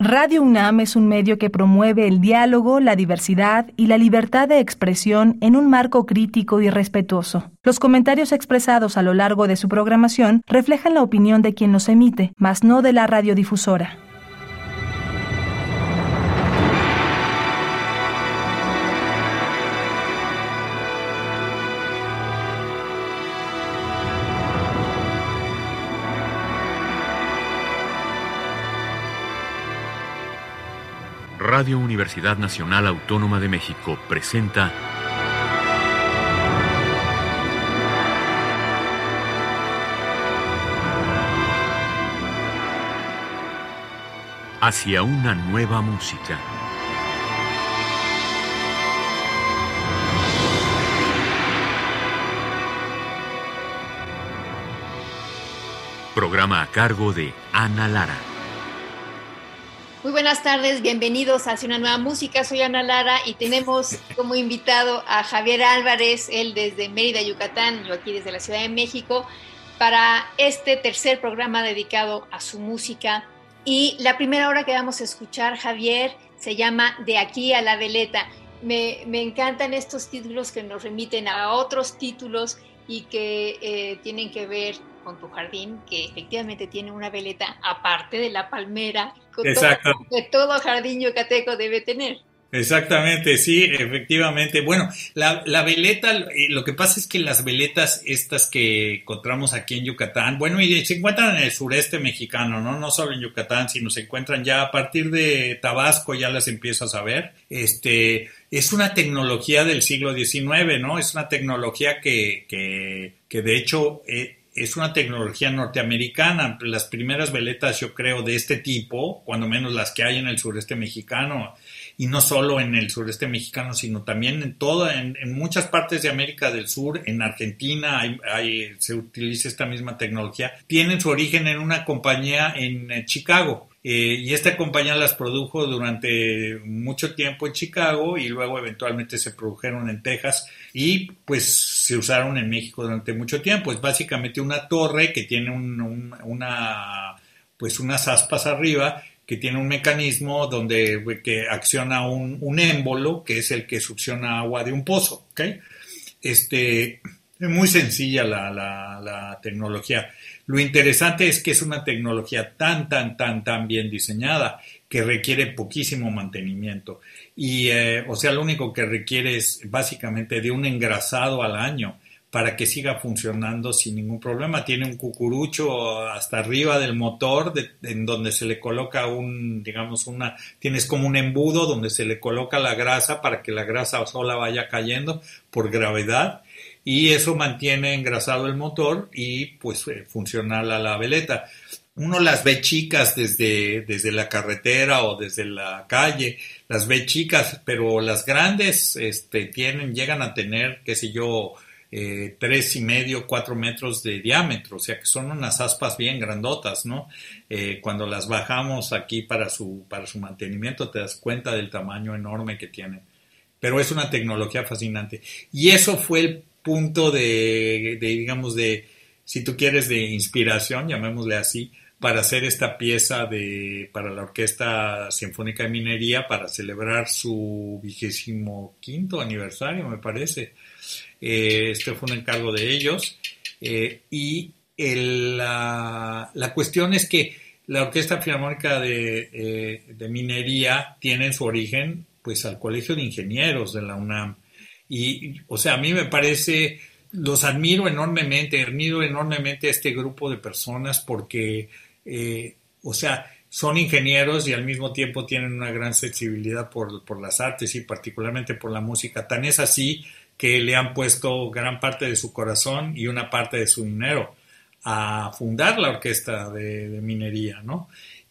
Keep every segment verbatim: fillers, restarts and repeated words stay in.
Radio UNAM es un medio que promueve el diálogo, la diversidad y la libertad de expresión en un marco crítico y respetuoso. Los comentarios expresados a lo largo de su programación reflejan la opinión de quien los emite, mas no de la radiodifusora. Radio Universidad Nacional Autónoma de México presenta Hacia una nueva música. Programa a cargo de Ana Lara. Muy buenas tardes, bienvenidos a Hacia una nueva música. Soy Ana Lara y tenemos como invitado a Javier Álvarez, él desde Mérida, Yucatán, yo aquí desde la Ciudad de México, para este tercer programa dedicado a su música. Y la primera hora que vamos a escuchar, Javier, se llama De aquí a la veleta. Me, me encantan estos títulos que nos remiten a otros títulos y que eh, tienen que ver con tu jardín, que efectivamente tiene una veleta aparte de la palmera, Exacto. Todo, que todo jardín yucateco debe tener. Exactamente, sí, efectivamente. Bueno, la, la veleta, lo que pasa es que las veletas estas que encontramos aquí en Yucatán, bueno, y se encuentran en el sureste mexicano, ¿no? No solo en Yucatán, sino se encuentran ya a partir de Tabasco, ya las empiezas a ver. Este, es una tecnología del siglo diecinueve, ¿no? Es una tecnología que, que, que de hecho... Eh, es una tecnología norteamericana. Las primeras veletas, yo creo, de este tipo, cuando menos las que hay en el sureste mexicano, y no solo en el sureste mexicano, sino también en toda, en, en muchas partes de América del Sur, en Argentina hay, hay, se utiliza esta misma tecnología, tienen su origen en una compañía en eh, Chicago. Eh, y esta compañía las produjo durante mucho tiempo en Chicago y luego eventualmente se produjeron en Texas y pues se usaron en México durante mucho tiempo. Es básicamente una torre que tiene un, un, una, pues unas aspas arriba que tiene un mecanismo donde que acciona un, un émbolo que es el que succiona agua de un pozo, ¿ok? Este, es muy sencilla la, la, la tecnología. Lo interesante es que es una tecnología tan, tan, tan, tan bien diseñada que requiere poquísimo mantenimiento. Y, eh, o sea, lo único que requiere es básicamente de un engrasado al año para que siga funcionando sin ningún problema. Tiene un cucurucho hasta arriba del motor de, en donde se le coloca un, digamos, una, tienes como un embudo donde se le coloca la grasa para que la grasa sola vaya cayendo por gravedad. Y eso mantiene engrasado el motor y pues eh, funciona la, la veleta. Uno las ve chicas desde, desde la carretera o desde la calle, las ve chicas, pero las grandes este, tienen, llegan a tener, qué sé yo, eh, tres y medio, cuatro metros de diámetro, o sea que son unas aspas bien grandotas, ¿no? Eh, cuando las bajamos aquí para su, para su mantenimiento te das cuenta del tamaño enorme que tienen. Pero es una tecnología fascinante. Y eso fue el punto de, de, digamos, de, si tú quieres, de inspiración, llamémosle así, para hacer esta pieza de, para la Orquesta Sinfónica de Minería, para celebrar su vigésimo quinto aniversario, me parece. Eh, este fue un encargo de ellos. Eh, y el, la, la cuestión es que la Orquesta Filarmónica de, eh, de Minería tiene su origen, pues, al Colegio de Ingenieros de la UNAM. Y, o sea, a mí me parece, los admiro enormemente, admiro enormemente a este grupo de personas porque, eh, o sea, son ingenieros y al mismo tiempo tienen una gran sensibilidad por, por las artes y particularmente por la música. Tan es así que le han puesto gran parte de su corazón y una parte de su dinero a fundar la Orquesta de, de Minería, ¿no?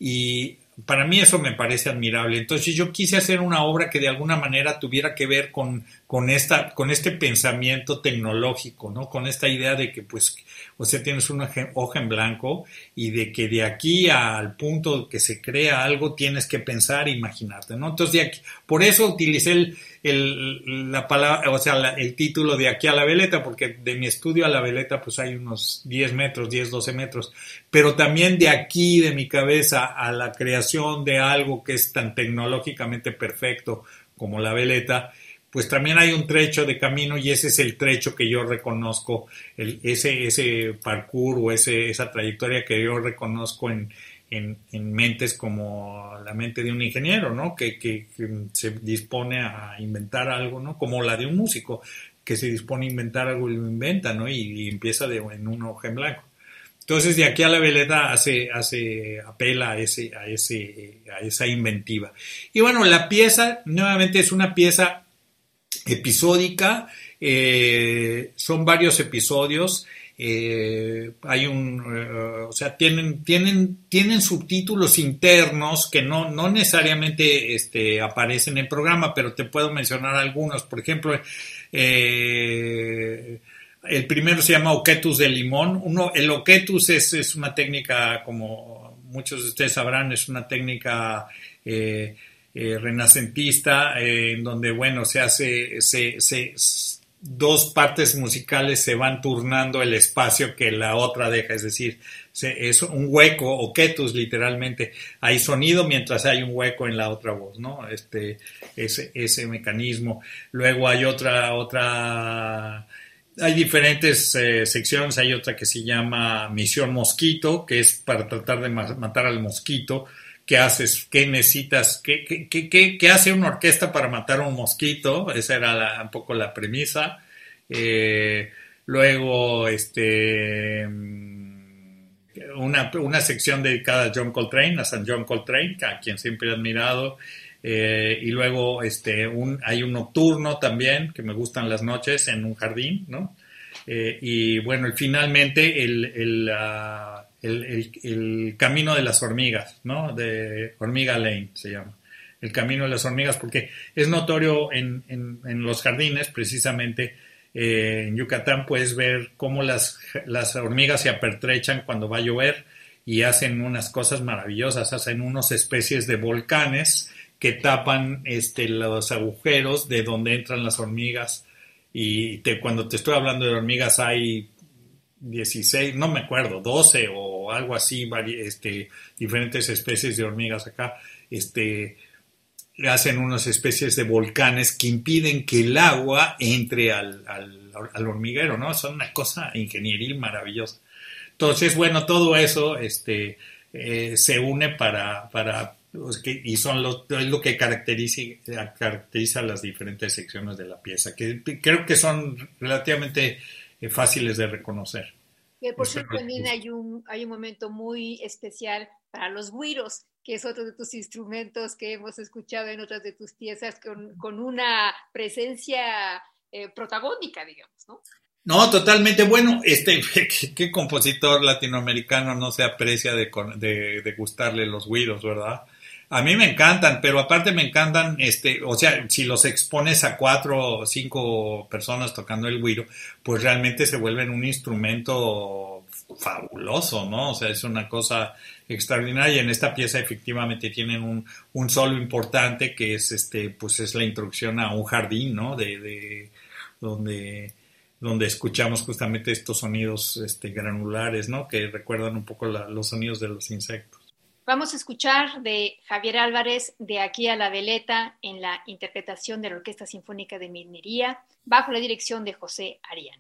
Y para mí eso me parece admirable. Entonces yo quise hacer una obra que de alguna manera tuviera que ver con, con, esta, con este pensamiento tecnológico, ¿no? Con esta idea de que, pues, o sea, tienes una hoja en blanco y de que de aquí al punto que se crea algo tienes que pensar e imaginarte, ¿no? Entonces, de aquí, por eso utilicé el, el, la palabra, o sea, la, el título de aquí a la veleta, porque de mi estudio a la veleta pues hay unos diez metros, diez, doce metros, pero también de aquí, de mi cabeza, a la creación de algo que es tan tecnológicamente perfecto como la veleta, pues también hay un trecho de camino y ese es el trecho que yo reconozco, el, ese, ese parkour o ese, esa trayectoria que yo reconozco en, en, en mentes como la mente de un ingeniero, ¿no? Que, que, que se dispone a inventar algo, ¿no? Como la de un músico que se dispone a inventar algo y lo inventa, ¿no? Y, y empieza de, en una hoja en blanco. Entonces, de aquí a la veleta hace, hace, apela a ese, a ese, a esa inventiva. Y bueno, la pieza, nuevamente es una pieza episódica, eh, son varios episodios, eh, hay un, uh, o sea, tienen, tienen, tienen subtítulos internos que no, no necesariamente este, aparecen en el programa, pero te puedo mencionar algunos. Por ejemplo, eh, el primero se llama Oquetus de limón. Uno, el Oquetus es, es una técnica, como muchos de ustedes sabrán, es una técnica eh, Eh, renacentista, eh, en donde, bueno, se hace, se, se, dos partes musicales se van turnando el espacio que la otra deja, es decir, se, es un hueco, o quietus literalmente, hay sonido mientras hay un hueco en la otra voz, ¿no? Este, ese, ese mecanismo. Luego hay otra, otra, hay diferentes eh, secciones, hay otra que se llama Misión Mosquito, que es para tratar de ma- matar al mosquito. ¿Qué haces? ¿Qué necesitas? ¿Qué, qué, qué, qué hace una orquesta para matar a un mosquito? Esa era la, un poco la premisa. Eh, luego, este, una, una sección dedicada a John Coltrane, a San John Coltrane, a quien siempre he admirado. Eh, y luego este, un, hay un nocturno también, que me gustan las noches, en un jardín, ¿no? Eh, y bueno, y finalmente el... el uh, El, el, el camino de las hormigas, ¿no? De Hormiga Lane se llama. El camino de las hormigas, porque es notorio en, en, en los jardines, precisamente eh, en Yucatán puedes ver cómo las, las hormigas se apertrechan cuando va a llover y hacen unas cosas maravillosas, hacen unas especies de volcanes que tapan este, los agujeros de donde entran las hormigas. Y te, cuando te estoy hablando de hormigas hay dieciséis, no me acuerdo, doce o algo así, este, diferentes especies de hormigas acá, este, hacen unas especies de volcanes que impiden que el agua entre al, al, al hormiguero, ¿no? Son una cosa ingenieril maravillosa. Entonces, bueno, todo eso este, eh, se une para, para y son lo, es lo que caracteriza, caracteriza las diferentes secciones de la pieza, que creo que son relativamente fáciles de reconocer. Que por cierto también hay un, hay un momento muy especial para los güiros, que es otro de tus instrumentos que hemos escuchado en otras de tus piezas con, con una presencia eh, protagónica, digamos, ¿no? No, totalmente. Bueno, este, ¿qué, qué compositor latinoamericano no se aprecia de, de, de gustarle los güiros, verdad? A mí me encantan, pero aparte me encantan, este, o sea, si los expones a cuatro o cinco personas tocando el güiro, pues realmente se vuelven un instrumento fabuloso, ¿no? O sea, es una cosa extraordinaria. Y en esta pieza efectivamente tienen un, un solo importante que es, este, pues es la introducción a un jardín, ¿no? De, de donde donde escuchamos justamente estos sonidos, este, granulares, ¿no? Que recuerdan un poco la, los sonidos de los insectos. Vamos a escuchar de Javier Álvarez, De aquí a la veleta, en la interpretación de la Orquesta Sinfónica de Minería, bajo la dirección de José Arián.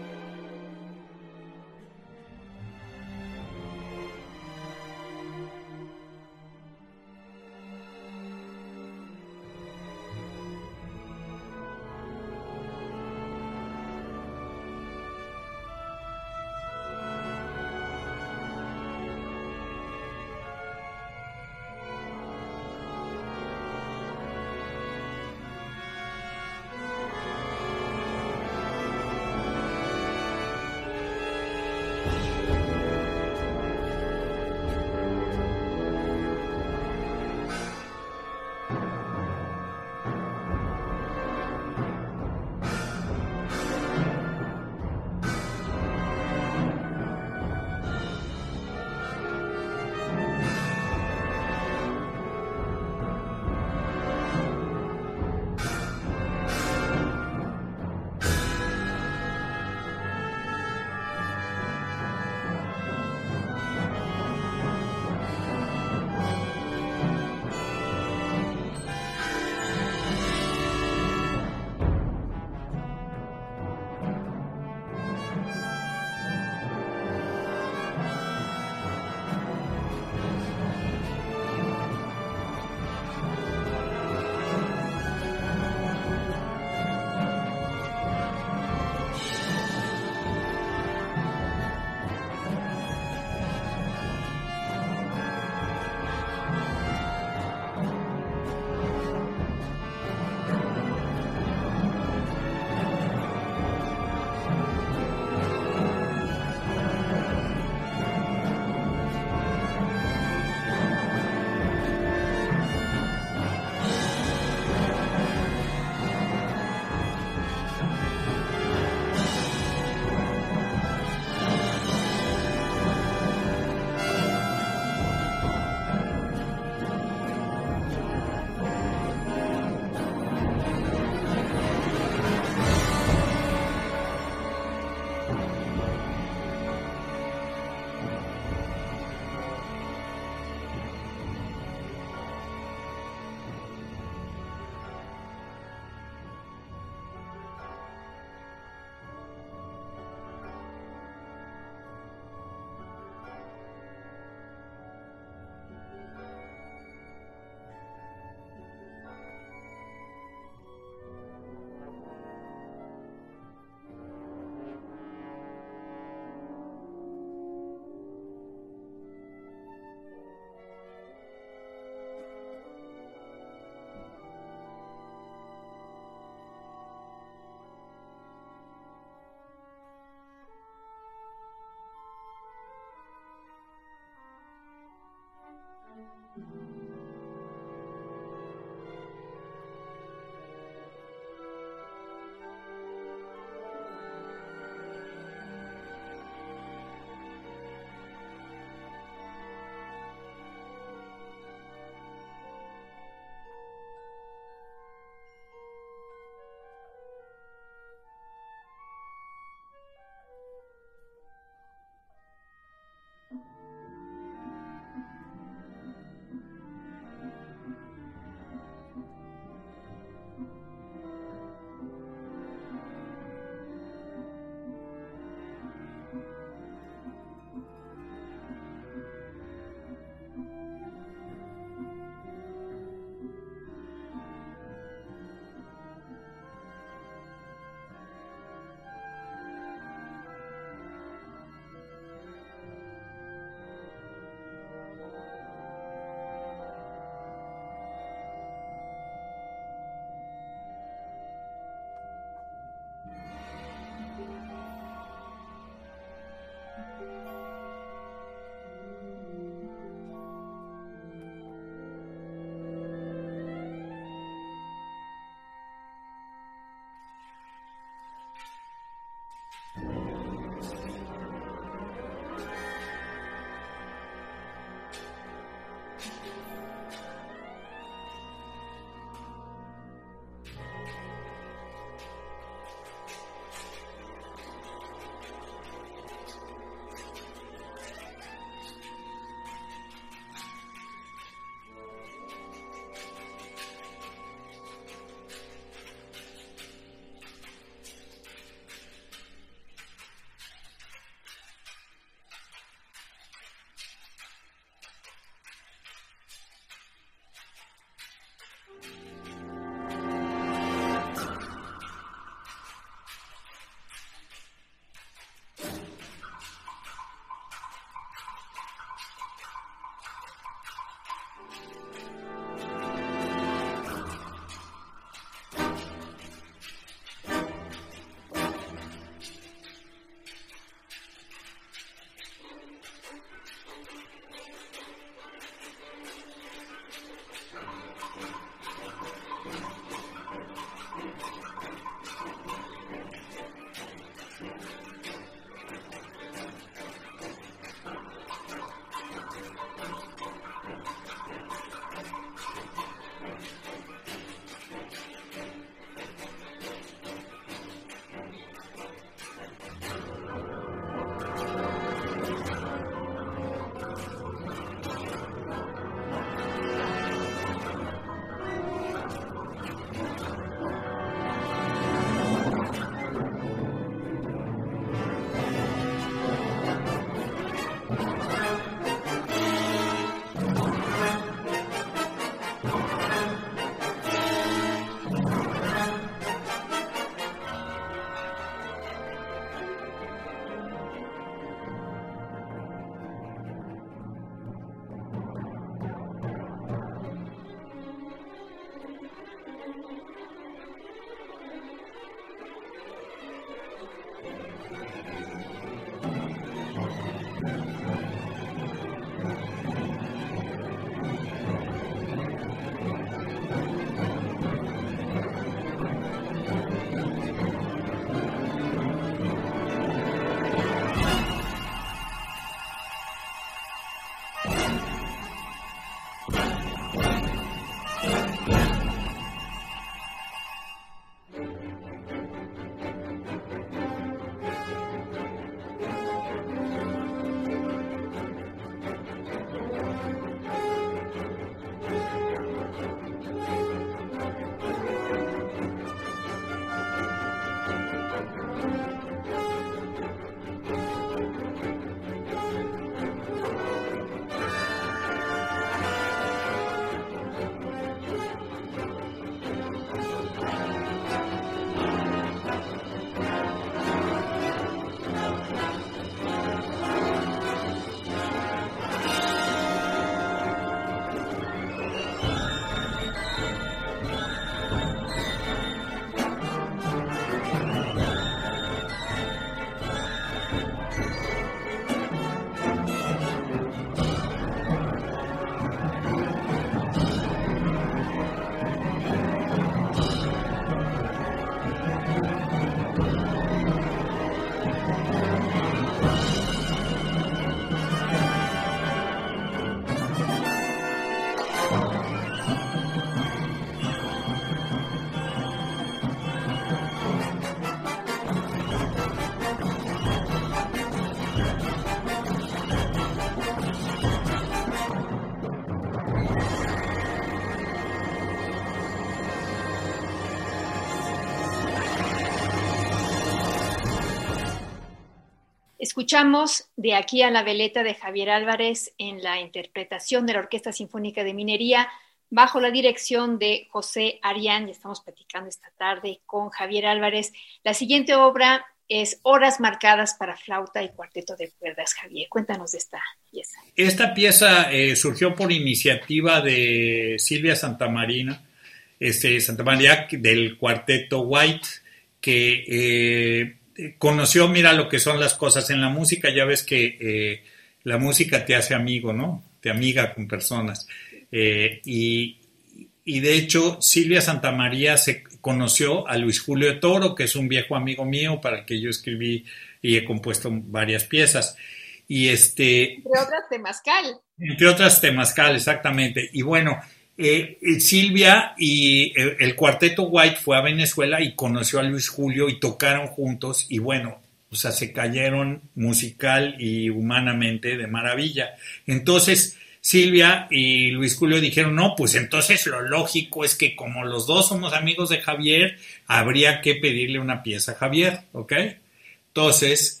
Escuchamos De aquí a la veleta de Javier Álvarez en la interpretación de la Orquesta Sinfónica de Minería bajo la dirección de José Arián. Y estamos platicando esta tarde con Javier Álvarez. La siguiente obra es Horas marcadas para flauta y cuarteto de cuerdas. Javier, cuéntanos de esta pieza. Esta pieza eh, surgió por iniciativa de Silvia Santamarina, este, Santamaría del cuarteto White, que eh, conoció, mira lo que son las cosas en la música, ya ves que eh, la música te hace amigo, ¿no? Te amiga con personas. Eh, y, y de hecho Silvia Santamaría se conoció a Luis Julio Toro, que es un viejo amigo mío para el que yo escribí y he compuesto varias piezas. Y este, entre otras Temazcal. Entre otras Temazcal, exactamente. Y bueno, eh, Silvia y el, el cuarteto White fue a Venezuela y conoció a Luis Julio y tocaron juntos y bueno, o sea, se cayeron musical y humanamente de maravilla. Entonces Silvia y Luis Julio dijeron, no, pues entonces lo lógico es que como los dos somos amigos de Javier, habría que pedirle una pieza a Javier, ¿ok? Entonces,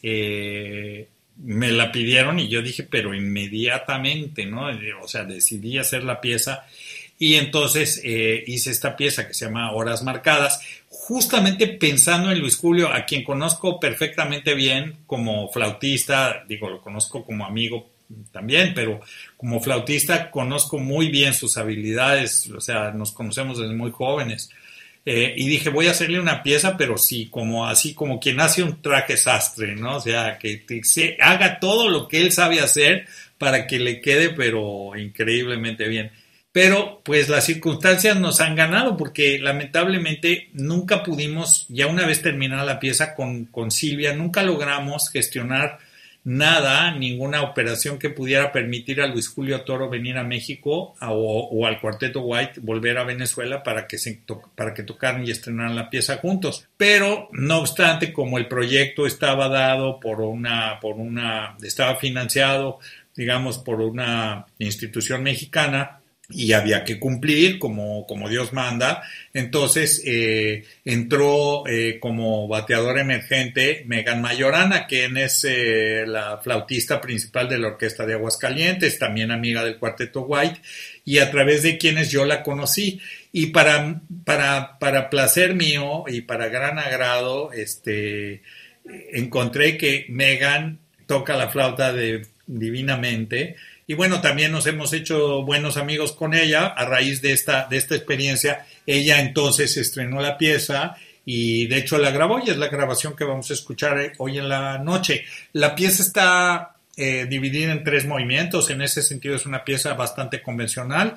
eh, me la pidieron y yo dije, pero inmediatamente, ¿no? O sea, decidí hacer la pieza y entonces eh, hice esta pieza que se llama Horas Marcadas, justamente pensando en Luis Julio, a quien conozco perfectamente bien como flautista, digo, lo conozco como amigo también, pero como flautista conozco muy bien sus habilidades, o sea, nos conocemos desde muy jóvenes. Eh, y dije, voy a hacerle una pieza, pero sí, como así como quien hace un traje sastre, ¿no? O sea, que, que se haga todo lo que él sabe hacer para que le quede, pero increíblemente bien. Pero, pues, las circunstancias nos han ganado porque, lamentablemente, nunca pudimos, ya una vez terminada la pieza con, con Silvia, nunca logramos gestionar nada, ninguna operación que pudiera permitir a Luis Julio Toro venir a México a, o, o al cuarteto White volver a Venezuela para que, se to, para que tocaran y estrenaran la pieza juntos. Pero, no obstante, como el proyecto estaba dado por una, por una, estaba financiado, digamos, por una institución mexicana, y había que cumplir como, como Dios manda, entonces eh, entró eh, como bateadora emergente Megan Mayorana, quien es eh, la flautista principal de la Orquesta de Aguascalientes, también amiga del Cuarteto White, y a través de quienes yo la conocí. Y para, para, para placer mío y para gran agrado, este, encontré que Megan toca la flauta de, divinamente. Y bueno, también nos hemos hecho buenos amigos con ella a raíz de esta, de esta experiencia. Ella entonces estrenó la pieza y de hecho la grabó y es la grabación que vamos a escuchar hoy en la noche. La pieza está eh, dividida en tres movimientos, en ese sentido es una pieza bastante convencional.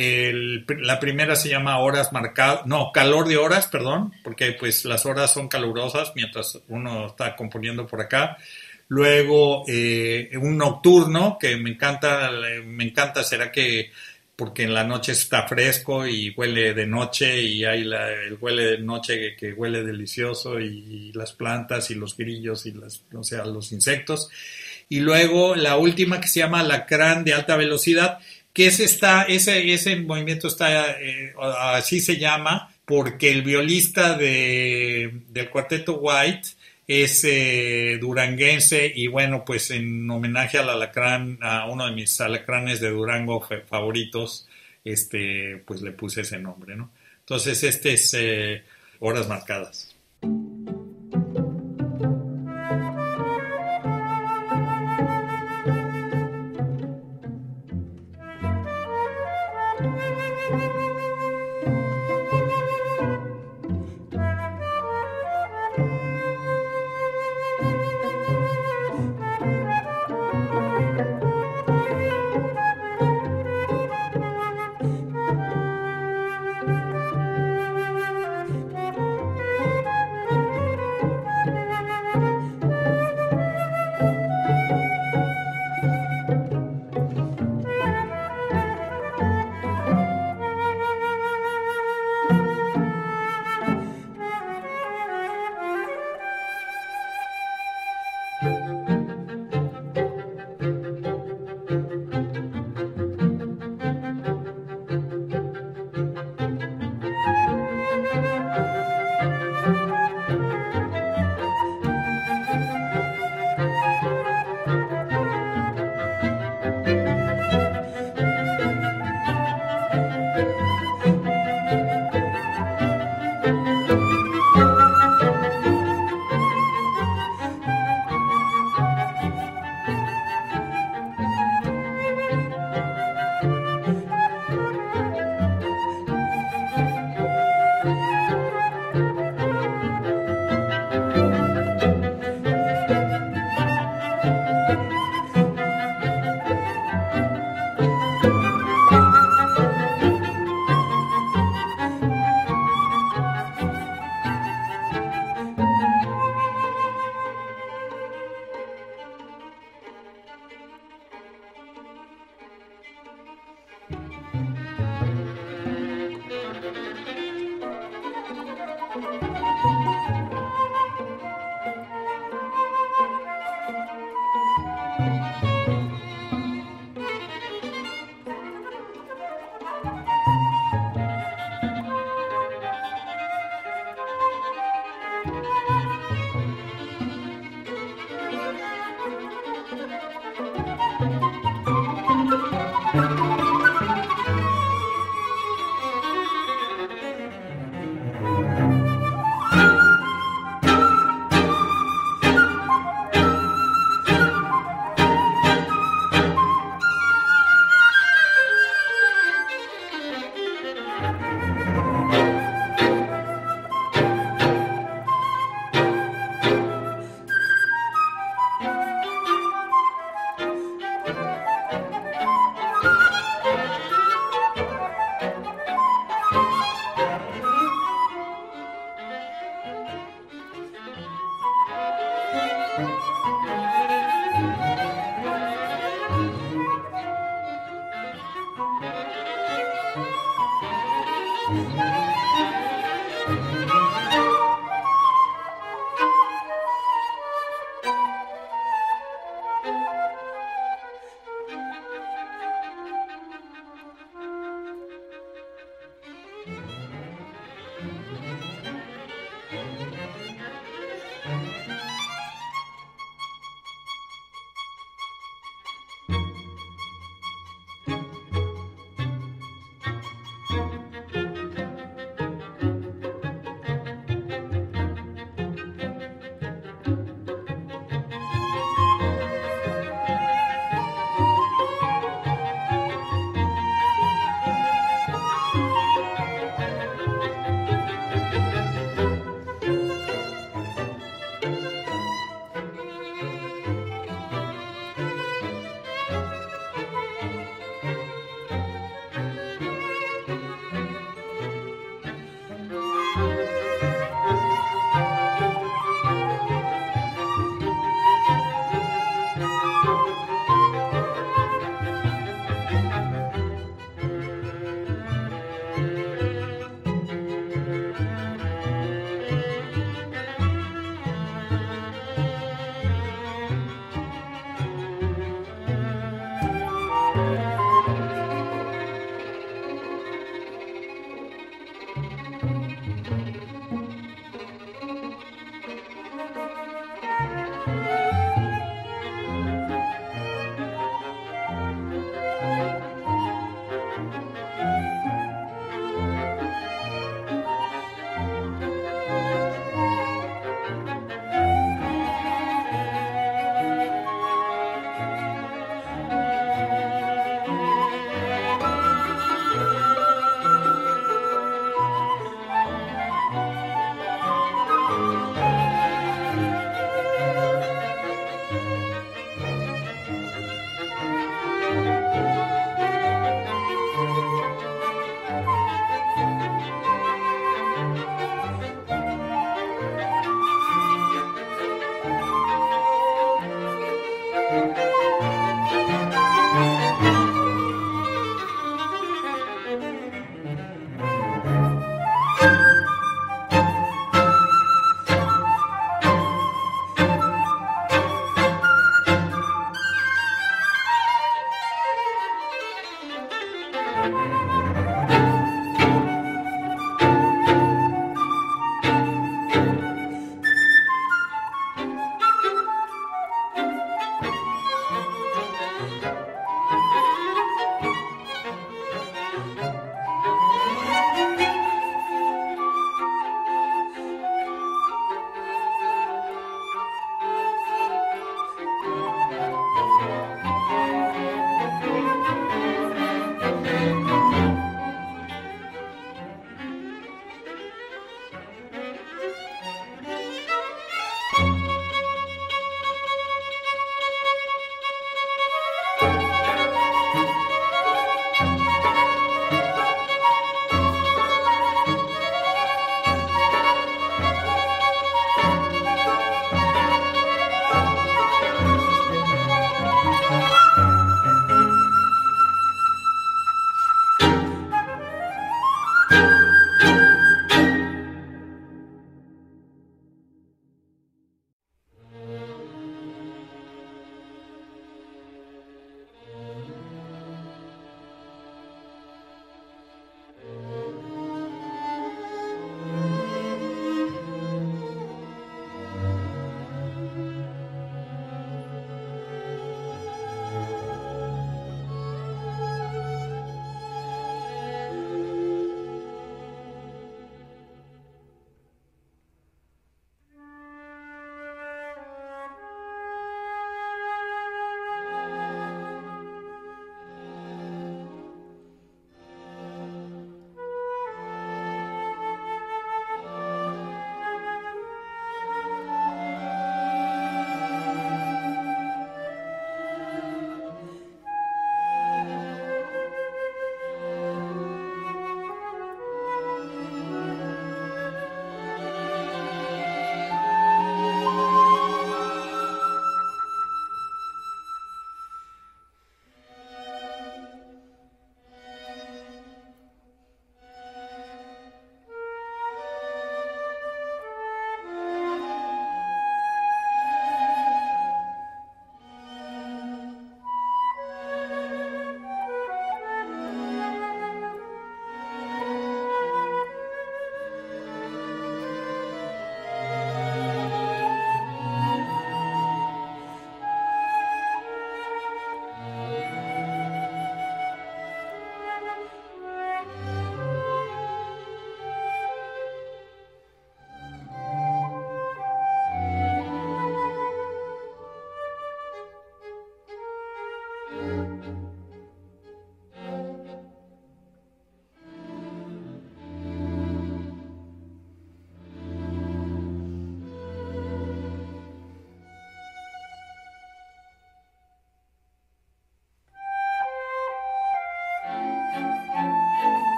El, la primera se llama Horas Marcadas, no, Calor de Horas, perdón, porque pues las horas son calurosas mientras uno está componiendo por acá. Luego eh, un nocturno que me encanta, me encanta, será que porque en la noche está fresco y huele de noche y hay la, el huele de noche que, que huele delicioso y, y las plantas y los grillos y las, o sea, los insectos. Y luego la última que se llama Alacrán de alta velocidad, que ese está, ese, ese movimiento está, eh, así se llama, porque el violista de, del Cuarteto White es eh, duranguense y bueno, pues en homenaje al alacrán, a uno de mis alacranes de Durango favoritos, este, pues le puse ese nombre, ¿no? Entonces este es eh, Horas Marcadas.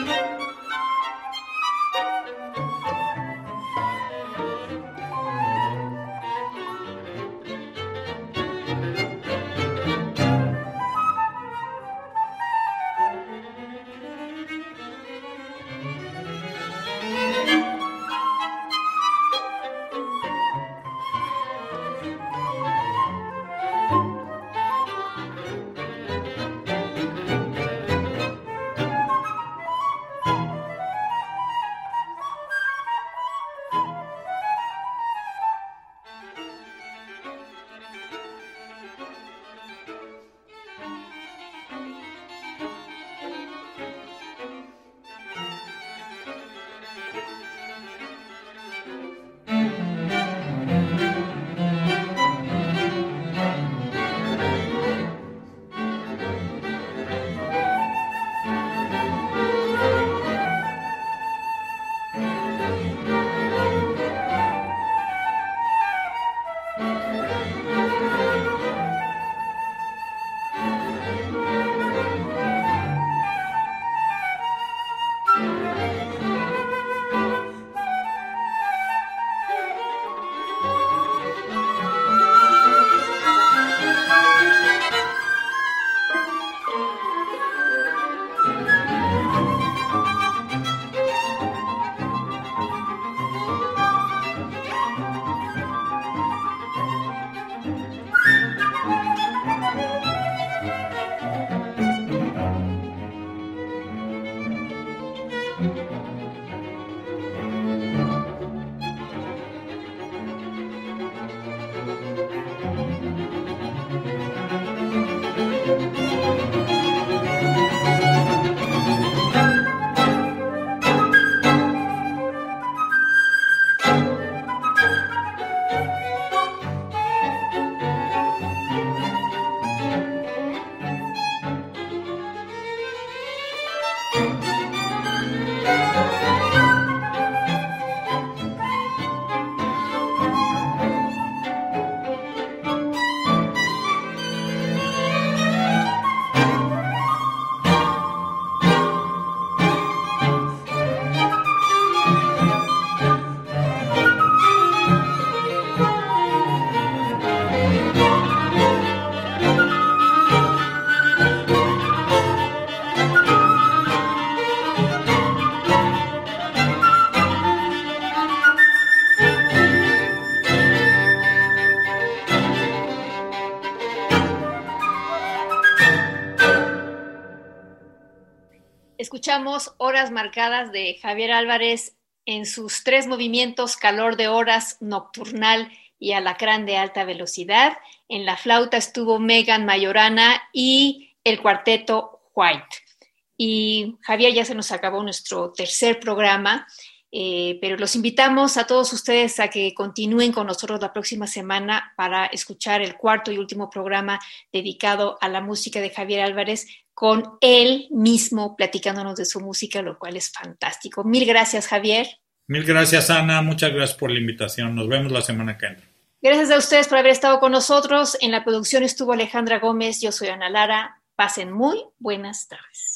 Escuchamos Horas Marcadas de Javier Álvarez en sus tres movimientos: Calor de Horas, Nocturnal y Alacrán de Alta Velocidad. En la flauta estuvo Megan Mayorana y el cuarteto White. Y Javier, ya se nos acabó nuestro tercer programa, eh, pero los invitamos a todos ustedes a que continúen con nosotros la próxima semana para escuchar el cuarto y último programa dedicado a la música de Javier Álvarez, con él mismo platicándonos de su música, lo cual es fantástico. Mil gracias, Javier. Mil gracias, Ana. Muchas gracias por la invitación. Nos vemos la semana que entra. Gracias a ustedes por haber estado con nosotros. En la producción estuvo Alejandra Gómez. Yo soy Ana Lara. Pasen muy buenas tardes.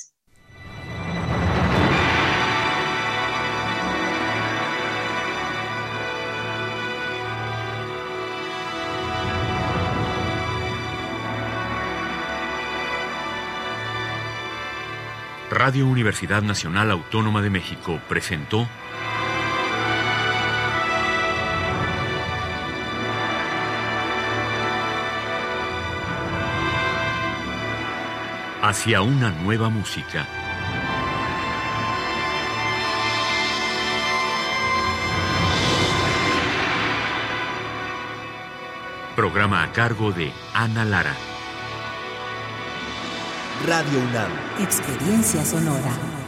Radio Universidad Nacional Autónoma de México presentó Hacia una nueva música. Programa a cargo de Ana Lara. Radio UNAM. Experiencia sonora.